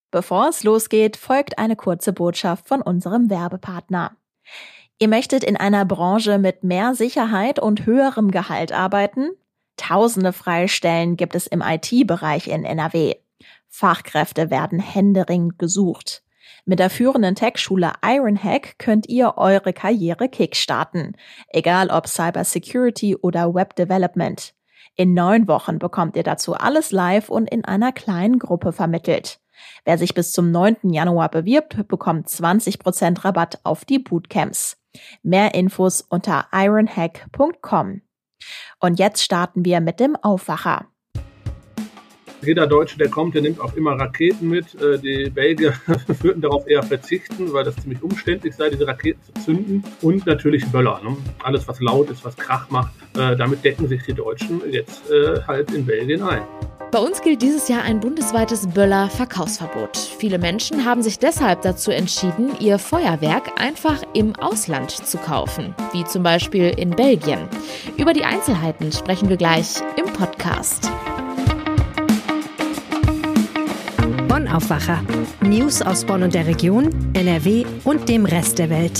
Bevor es losgeht, folgt eine kurze Botschaft von unserem Werbepartner. Ihr möchtet in einer Branche mit mehr Sicherheit und höherem Gehalt arbeiten? Tausende freie Stellen gibt es im IT-Bereich in NRW. Fachkräfte werden händeringend gesucht. Mit der führenden Tech-Schule Ironhack könnt ihr eure Karriere kickstarten, egal ob Cybersecurity oder Web Development. In 9 Wochen bekommt ihr dazu alles live und in einer kleinen Gruppe vermittelt. Wer sich bis zum 9. Januar bewirbt, bekommt 20% Rabatt auf die Bootcamps. Mehr Infos unter ironhack.com. Und jetzt starten wir mit dem Aufwacher. Jeder Deutsche, der kommt, der nimmt auch immer Raketen mit. Die Belgier würden darauf eher verzichten, weil das ziemlich umständlich sei, diese Raketen zu zünden. Und natürlich Böller. Ne? Alles, was laut ist, was Krach macht, damit decken sich die Deutschen jetzt halt in Belgien ein. Bei uns gilt dieses Jahr ein bundesweites Böller-Verkaufsverbot. Viele Menschen haben sich deshalb dazu entschieden, ihr Feuerwerk einfach im Ausland zu kaufen, wie zum Beispiel in Belgien. Über die Einzelheiten sprechen wir gleich im Podcast. Bonn Aufwacher. News aus Bonn und der Region, NRW und dem Rest der Welt.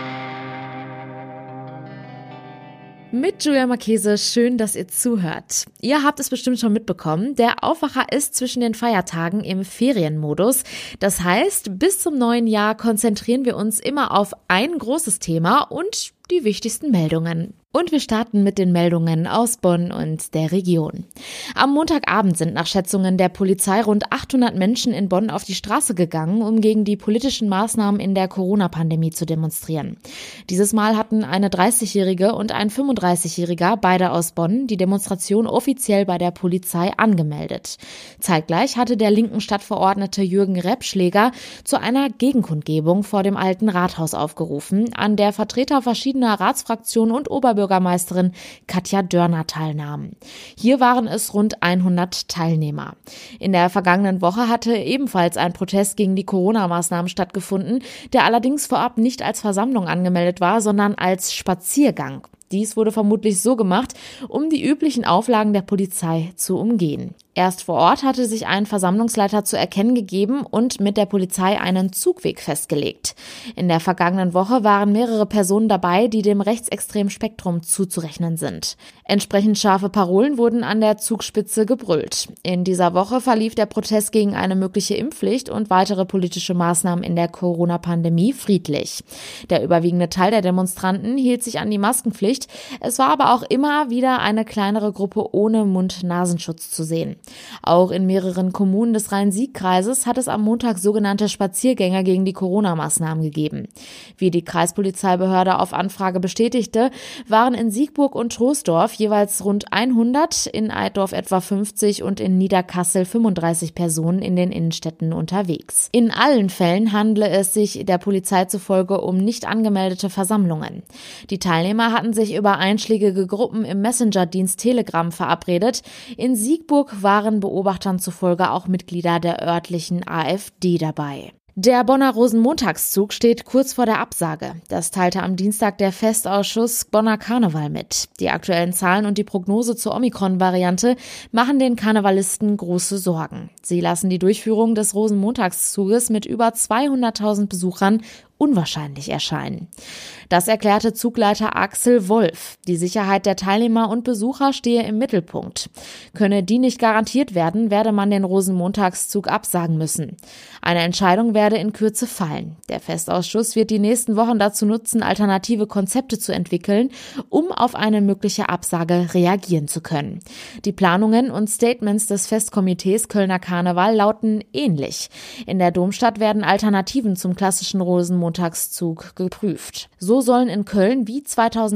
Mit Julia Marchese, schön, dass ihr zuhört. Ihr habt es bestimmt schon mitbekommen, der Aufwacher ist zwischen den Feiertagen im Ferienmodus. Das heißt, bis zum neuen Jahr konzentrieren wir uns immer auf ein großes Thema und die wichtigsten Meldungen. Und wir starten mit den Meldungen aus Bonn und der Region. Am Montagabend sind nach Schätzungen der Polizei rund 800 Menschen in Bonn auf die Straße gegangen, um gegen die politischen Maßnahmen in der Corona-Pandemie zu demonstrieren. Dieses Mal hatten eine 30-Jährige und ein 35-Jähriger, beide aus Bonn, die Demonstration offiziell bei der Polizei angemeldet. Zeitgleich hatte der linken Stadtverordnete Jürgen Rebschläger zu einer Gegenkundgebung vor dem Alten Rathaus aufgerufen, an der Vertreter verschiedener Ratsfraktionen und Oberbürgermeisterin Katja Dörner teilnahmen. Hier waren es rund 100 Teilnehmer. In der vergangenen Woche hatte ebenfalls ein Protest gegen die Corona-Maßnahmen stattgefunden, der allerdings vorab nicht als Versammlung angemeldet war, sondern als Spaziergang. Dies wurde vermutlich so gemacht, um die üblichen Auflagen der Polizei zu umgehen. Erst vor Ort hatte sich ein Versammlungsleiter zu erkennen gegeben und mit der Polizei einen Zugweg festgelegt. In der vergangenen Woche waren mehrere Personen dabei, die dem rechtsextremen Spektrum zuzurechnen sind. Entsprechend scharfe Parolen wurden an der Zugspitze gebrüllt. In dieser Woche verlief der Protest gegen eine mögliche Impfpflicht und weitere politische Maßnahmen in der Corona-Pandemie friedlich. Der überwiegende Teil der Demonstranten hielt sich an die Maskenpflicht. Es war aber auch immer wieder eine kleinere Gruppe ohne Mund-Nasenschutz zu sehen. Auch in mehreren Kommunen des Rhein-Sieg-Kreises hat es am Montag sogenannte Spaziergänge gegen die Corona-Maßnahmen gegeben. Wie die Kreispolizeibehörde auf Anfrage bestätigte, waren in Siegburg und Troisdorf jeweils rund 100, in Eitorf etwa 50 und in Niederkassel 35 Personen in den Innenstädten unterwegs. In allen Fällen handle es sich der Polizei zufolge um nicht angemeldete Versammlungen. Die Teilnehmer hatten sich über einschlägige Gruppen im Messenger-Dienst Telegram verabredet. In Siegburg waren Beobachtern zufolge auch Mitglieder der örtlichen AfD dabei. Der Bonner Rosenmontagszug steht kurz vor der Absage. Das teilte am Dienstag der Festausschuss Bonner Karneval mit. Die aktuellen Zahlen und die Prognose zur Omikron-Variante machen den Karnevalisten große Sorgen. Sie lassen die Durchführung des Rosenmontagszuges mit über 200.000 Besuchern unwahrscheinlich erscheinen. Das erklärte Zugleiter Axel Wolf. Die Sicherheit der Teilnehmer und Besucher stehe im Mittelpunkt. Könne die nicht garantiert werden, werde man den Rosenmontagszug absagen müssen. Eine Entscheidung werde in Kürze fallen. Der Festausschuss wird die nächsten Wochen dazu nutzen, alternative Konzepte zu entwickeln, um auf eine mögliche Absage reagieren zu können. Die Planungen und Statements des Festkomitees Kölner Karneval lauten ähnlich. In der Domstadt werden Alternativen zum klassischen Rosenmontagszug geprüft. So sollen in Köln wie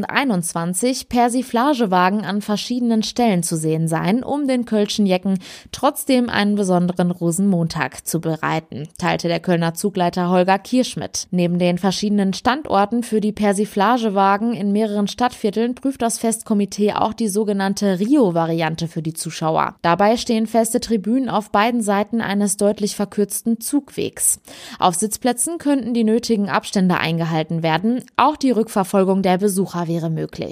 2021 Persiflagewagen an verschiedenen Stellen zu sehen sein, um den kölschen Jecken trotzdem einen besonderen Rosenmontag zu bereiten, teilte der Kölner Zugleiter Holger Kirschmidt. Neben den verschiedenen Standorten für die Persiflagewagen in mehreren Stadtvierteln prüft das Festkomitee auch die sogenannte Rio-Variante für die Zuschauer. Dabei stehen feste Tribünen auf beiden Seiten eines deutlich verkürzten Zugwegs. Auf Sitzplätzen könnten die nötigen Abstände eingehalten werden. Auch die Rückverfolgung der Besucher wäre möglich.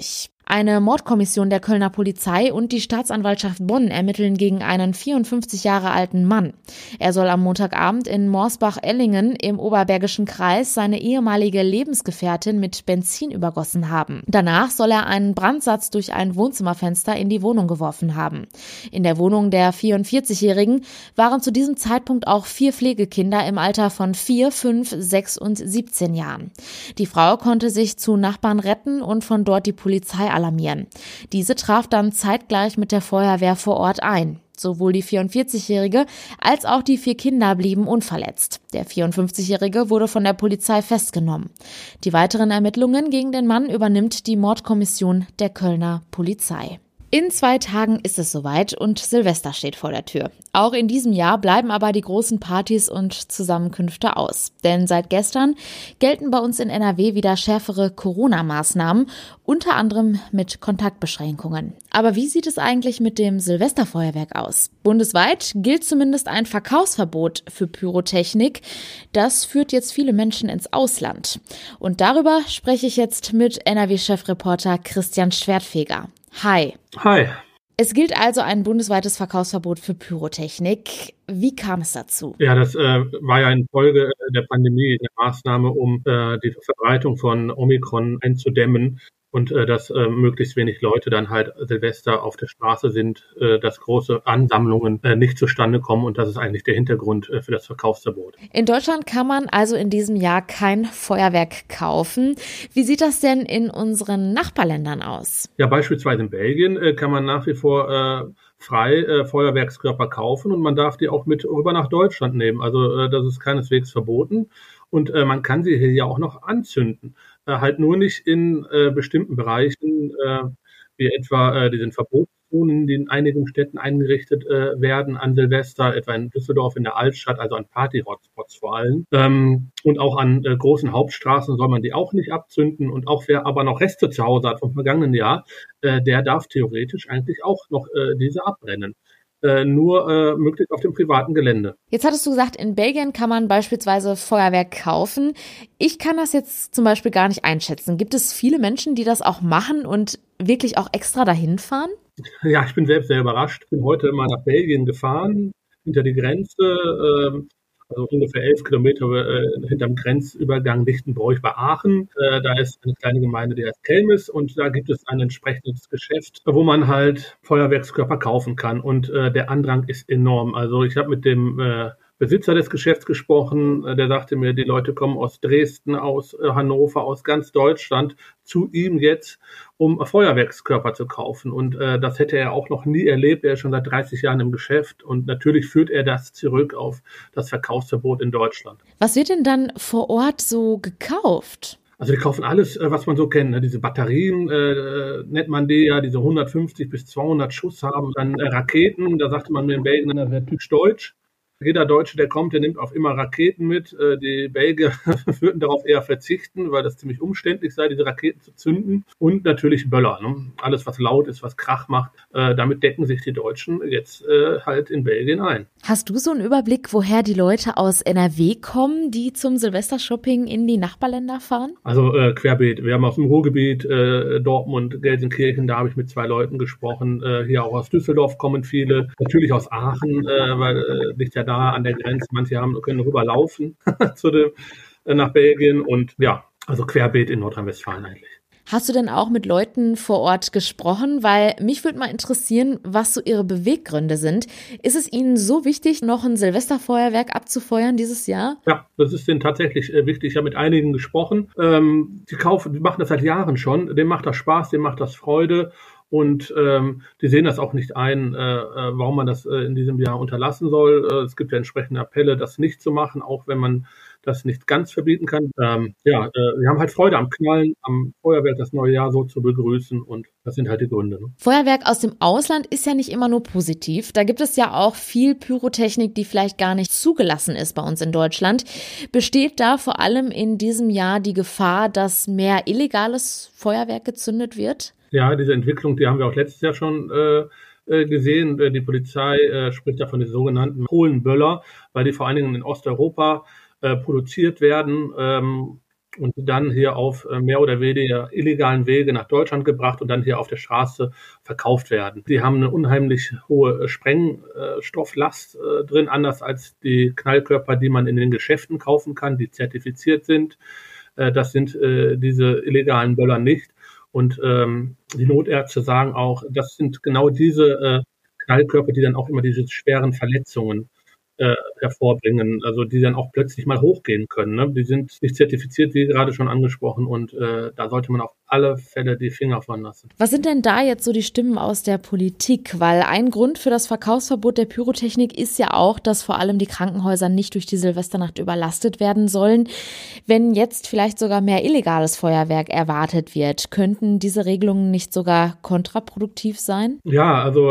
Eine Mordkommission der Kölner Polizei und die Staatsanwaltschaft Bonn ermitteln gegen einen 54 Jahre alten Mann. Er soll am Montagabend in Morsbach-Ellingen im Oberbergischen Kreis seine ehemalige Lebensgefährtin mit Benzin übergossen haben. Danach soll er einen Brandsatz durch ein Wohnzimmerfenster in die Wohnung geworfen haben. In der Wohnung der 44-Jährigen waren zu diesem Zeitpunkt auch 4 Pflegekinder im Alter von 4, 5, 6 und 17 Jahren. Die Frau konnte sich zu Nachbarn retten und von dort die Polizei alarmieren. Diese traf dann zeitgleich mit der Feuerwehr vor Ort ein. Sowohl die 44-Jährige als auch die 4 Kinder blieben unverletzt. Der 54-Jährige wurde von der Polizei festgenommen. Die weiteren Ermittlungen gegen den Mann übernimmt die Mordkommission der Kölner Polizei. In 2 Tagen ist es soweit und Silvester steht vor der Tür. Auch in diesem Jahr bleiben aber die großen Partys und Zusammenkünfte aus. Denn seit gestern gelten bei uns in NRW wieder schärfere Corona-Maßnahmen, unter anderem mit Kontaktbeschränkungen. Aber wie sieht es eigentlich mit dem Silvesterfeuerwerk aus? Bundesweit gilt zumindest ein Verkaufsverbot für Pyrotechnik. Das führt jetzt viele Menschen ins Ausland. Und darüber spreche ich jetzt mit NRW-Chefreporter Christian Schwertfeger. Hi. Hi. Es gilt also ein bundesweites Verkaufsverbot für Pyrotechnik. Wie kam es dazu? Ja, das war ja in Folge der Pandemie eine Maßnahme, um die Verbreitung von Omikron einzudämmen und dass möglichst wenig Leute dann halt Silvester auf der Straße sind, dass große Ansammlungen nicht zustande kommen, und das ist eigentlich der Hintergrund für das Verkaufsverbot. In Deutschland kann man also in diesem Jahr kein Feuerwerk kaufen. Wie sieht das denn in unseren Nachbarländern aus? Ja, beispielsweise in Belgien kann man nach wie vor frei Feuerwerkskörper kaufen, und man darf die auch mit rüber nach Deutschland nehmen. Also das ist keineswegs verboten, und man kann sie hier ja auch noch anzünden. Halt nur nicht in bestimmten Bereichen, wie etwa diesen Verbotszonen, die in einigen Städten eingerichtet werden an Silvester, etwa in Düsseldorf in der Altstadt, also an Party-Hotspots vor allem. Und auch an großen Hauptstraßen soll man die auch nicht abzünden. Und auch wer aber noch Reste zu Hause hat vom vergangenen Jahr, der darf theoretisch eigentlich auch noch diese abbrennen. Nur möglichst auf dem privaten Gelände. Jetzt hattest du gesagt, in Belgien kann man beispielsweise Feuerwerk kaufen. Ich kann das jetzt zum Beispiel gar nicht einschätzen. Gibt es viele Menschen, die das auch machen und wirklich auch extra dahin fahren? Ja, ich bin selbst sehr überrascht. Ich bin heute mal nach Belgien gefahren, hinter die Grenze, also ungefähr 11 Kilometer hinterm Grenzübergang Lichtenbroich bei Aachen. Da ist eine kleine Gemeinde, die heißt Kelmis, und da gibt es ein entsprechendes Geschäft, wo man halt Feuerwerkskörper kaufen kann, und der Andrang ist enorm. Also ich habe mit dem Besitzer des Geschäfts gesprochen, der sagte mir, die Leute kommen aus Dresden, aus Hannover, aus ganz Deutschland zu ihm jetzt, um Feuerwerkskörper zu kaufen. Und das hätte er auch noch nie erlebt. Er ist schon seit 30 Jahren im Geschäft, und natürlich führt er das zurück auf das Verkaufsverbot in Deutschland. Was wird denn dann vor Ort so gekauft? Also die kaufen alles, was man so kennt. Diese Batterien nennt man die ja, diese 150 bis 200 Schuss haben. Dann Raketen, da sagte man mir in Belgien, das wäre typisch deutsch. Jeder Deutsche, der kommt, der nimmt auch immer Raketen mit. Die Belgier würden darauf eher verzichten, weil das ziemlich umständlich sei, diese Raketen zu zünden. Und natürlich Böller. Ne? Alles, was laut ist, was Krach macht, damit decken sich die Deutschen jetzt halt in Belgien ein. Hast du so einen Überblick, woher die Leute aus NRW kommen, die zum Silvestershopping in die Nachbarländer fahren? Also querbeet. Wir haben aus dem Ruhrgebiet, Dortmund, Gelsenkirchen, da habe ich mit 2 Leuten gesprochen. Hier auch aus Düsseldorf kommen viele. Natürlich aus Aachen, weil liegt ja da an der Grenze. Manche können rüberlaufen nach Belgien, und ja, also querbeet in Nordrhein-Westfalen eigentlich. Hast du denn auch mit Leuten vor Ort gesprochen? Weil mich würde mal interessieren, was so ihre Beweggründe sind. Ist es ihnen so wichtig, noch ein Silvesterfeuerwerk abzufeuern dieses Jahr? Ja, das ist denen tatsächlich wichtig. Ich habe mit einigen gesprochen. Die machen das seit Jahren schon. Denen macht das Spaß, denen macht das Freude. Und die sehen das auch nicht ein, warum man das in diesem Jahr unterlassen soll. Es gibt ja entsprechende Appelle, das nicht zu machen, auch wenn man das nicht ganz verbieten kann. Wir haben halt Freude am Knallen, am Feuerwerk, das neue Jahr so zu begrüßen, und das sind halt die Gründe. Ne? Feuerwerk aus dem Ausland ist ja nicht immer nur positiv. Da gibt es ja auch viel Pyrotechnik, die vielleicht gar nicht zugelassen ist bei uns in Deutschland. Besteht da vor allem in diesem Jahr die Gefahr, dass mehr illegales Feuerwerk gezündet wird? Ja, diese Entwicklung, die haben wir auch letztes Jahr schon gesehen. Die Polizei spricht ja von den sogenannten Polenböller, weil die vor allen Dingen in Osteuropa produziert werden und dann hier auf mehr oder weniger illegalen Wege nach Deutschland gebracht und dann hier auf der Straße verkauft werden. Die haben eine unheimlich hohe Sprengstofflast drin, anders als die Knallkörper, die man in den Geschäften kaufen kann, die zertifiziert sind. Das sind diese illegalen Böller nicht. Und die Notärzte sagen auch, das sind genau diese Knallkörper, die dann auch immer diese schweren Verletzungen hervorbringen, also die dann auch plötzlich mal hochgehen können. Ne? Die sind nicht zertifiziert, wie gerade schon angesprochen, und da sollte man auf alle Fälle die Finger von lassen. Was sind denn da jetzt so die Stimmen aus der Politik? Weil ein Grund für das Verkaufsverbot der Pyrotechnik ist ja auch, dass vor allem die Krankenhäuser nicht durch die Silvesternacht überlastet werden sollen. Wenn jetzt vielleicht sogar mehr illegales Feuerwerk erwartet wird, könnten diese Regelungen nicht sogar kontraproduktiv sein? Ja, also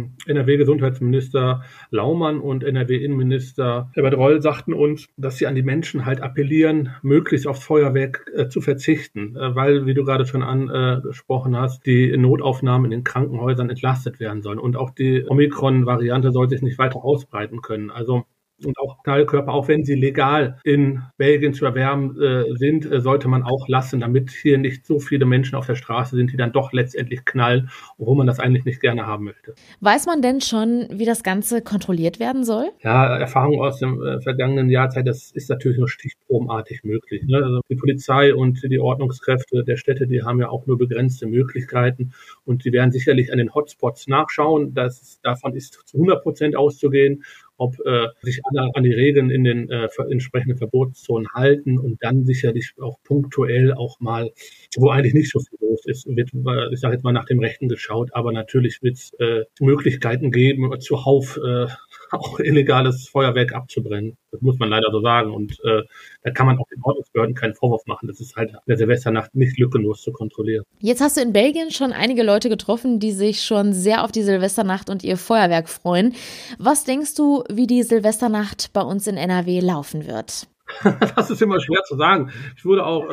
NRW-Gesundheitsminister Laumann und NRW-Innenminister Herbert Reul sagten uns, dass sie an die Menschen halt appellieren, möglichst aufs Feuerwerk zu verzichten, weil, wie du gerade schon angesprochen hast, die Notaufnahmen in den Krankenhäusern entlastet werden sollen und auch die Omikron-Variante soll sich nicht weiter ausbreiten können. Also und auch Knallkörper, auch wenn sie legal in Belgien zu erwerben sind, sollte man auch lassen, damit hier nicht so viele Menschen auf der Straße sind, die dann doch letztendlich knallen, obwohl man das eigentlich nicht gerne haben möchte. Weiß man denn schon, wie das Ganze kontrolliert werden soll? Ja, Erfahrung aus dem vergangenen Jahrzeit, das ist natürlich nur stichprobenartig möglich. Ne? Also die Polizei und die Ordnungskräfte der Städte, die haben ja auch nur begrenzte Möglichkeiten und die werden sicherlich an den Hotspots nachschauen. Davon ist zu 100% auszugehen, ob sich alle an die Regeln in den entsprechenden Verbotszonen halten und dann sicherlich auch punktuell auch mal, wo eigentlich nicht so viel los ist, wird, ich sage jetzt mal, nach dem Rechten geschaut, aber natürlich wird es Möglichkeiten geben, zuhauf auch illegales Feuerwerk abzubrennen. Das muss man leider so sagen und da kann man auch den Ordnungsbehörden keinen Vorwurf machen. Das ist halt in der Silvesternacht nicht lückenlos zu kontrollieren. Jetzt hast du in Belgien schon einige Leute getroffen, die sich schon sehr auf die Silvesternacht und ihr Feuerwerk freuen. Was denkst du, wie die Silvesternacht bei uns in NRW laufen wird? Das ist immer schwer zu sagen. Ich wurde auch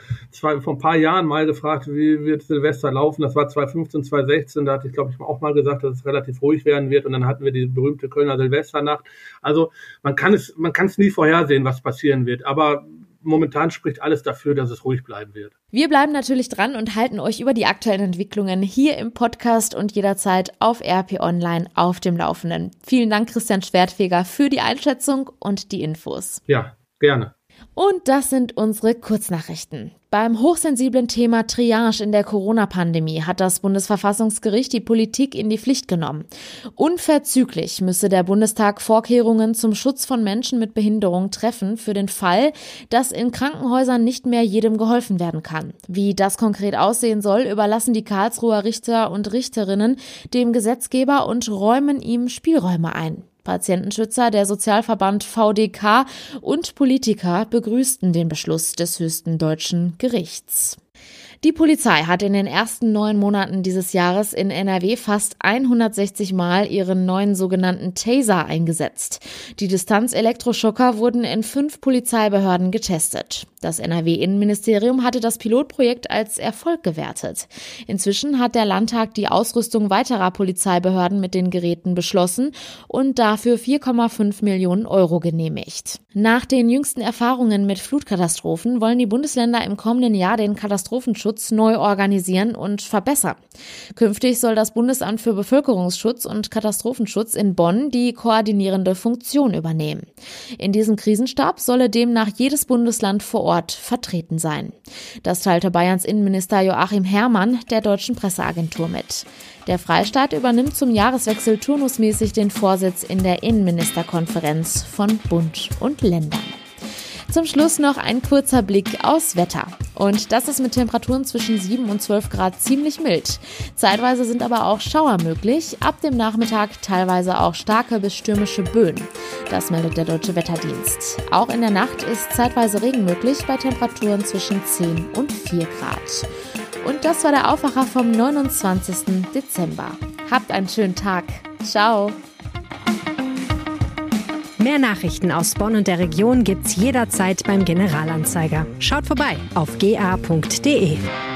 vor ein paar Jahren mal gefragt, wie wird Silvester laufen. Das war 2015, 2016. Da hatte ich, glaube ich, auch mal gesagt, dass es relativ ruhig werden wird. Und dann hatten wir die berühmte Kölner Silvesternacht. Also man kann es nie vorhersehen, was passieren wird. Aber momentan spricht alles dafür, dass es ruhig bleiben wird. Wir bleiben natürlich dran und halten euch über die aktuellen Entwicklungen hier im Podcast und jederzeit auf RP Online auf dem Laufenden. Vielen Dank, Christian Schwertfeger, für die Einschätzung und die Infos. Ja, gerne. Und das sind unsere Kurznachrichten. Beim hochsensiblen Thema Triage in der Corona-Pandemie hat das Bundesverfassungsgericht die Politik in die Pflicht genommen. Unverzüglich müsse der Bundestag Vorkehrungen zum Schutz von Menschen mit Behinderung treffen für den Fall, dass in Krankenhäusern nicht mehr jedem geholfen werden kann. Wie das konkret aussehen soll, überlassen die Karlsruher Richter und Richterinnen dem Gesetzgeber und räumen ihm Spielräume ein. Patientenschützer, der Sozialverband VDK und Politiker begrüßten den Beschluss des höchsten deutschen Gerichts. Die Polizei hat in den ersten 9 Monaten dieses Jahres in NRW fast 160 Mal ihren neuen sogenannten Taser eingesetzt. Die Distanz-Elektroschocker wurden in 5 Polizeibehörden getestet. Das NRW-Innenministerium hatte das Pilotprojekt als Erfolg gewertet. Inzwischen hat der Landtag die Ausrüstung weiterer Polizeibehörden mit den Geräten beschlossen und dafür 4,5 Millionen Euro genehmigt. Nach den jüngsten Erfahrungen mit Flutkatastrophen wollen die Bundesländer im kommenden Jahr den Katastrophenschutz neu organisieren und verbessern. Künftig soll das Bundesamt für Bevölkerungsschutz und Katastrophenschutz in Bonn die koordinierende Funktion übernehmen. In diesem Krisenstab solle demnach jedes Bundesland vor Ort vertreten sein. Das teilte Bayerns Innenminister Joachim Herrmann der Deutschen Presseagentur mit. Der Freistaat übernimmt zum Jahreswechsel turnusmäßig den Vorsitz in der Innenministerkonferenz von Bund und Ländern. Zum Schluss noch ein kurzer Blick aufs Wetter. Und das ist mit Temperaturen zwischen 7 und 12 Grad ziemlich mild. Zeitweise sind aber auch Schauer möglich, ab dem Nachmittag teilweise auch starke bis stürmische Böen. Das meldet der Deutsche Wetterdienst. Auch in der Nacht ist zeitweise Regen möglich bei Temperaturen zwischen 10 und 4 Grad. Und das war der Aufwacher vom 29. Dezember. Habt einen schönen Tag. Ciao. Mehr Nachrichten aus Bonn und der Region gibt's jederzeit beim Generalanzeiger. Schaut vorbei auf ga.de.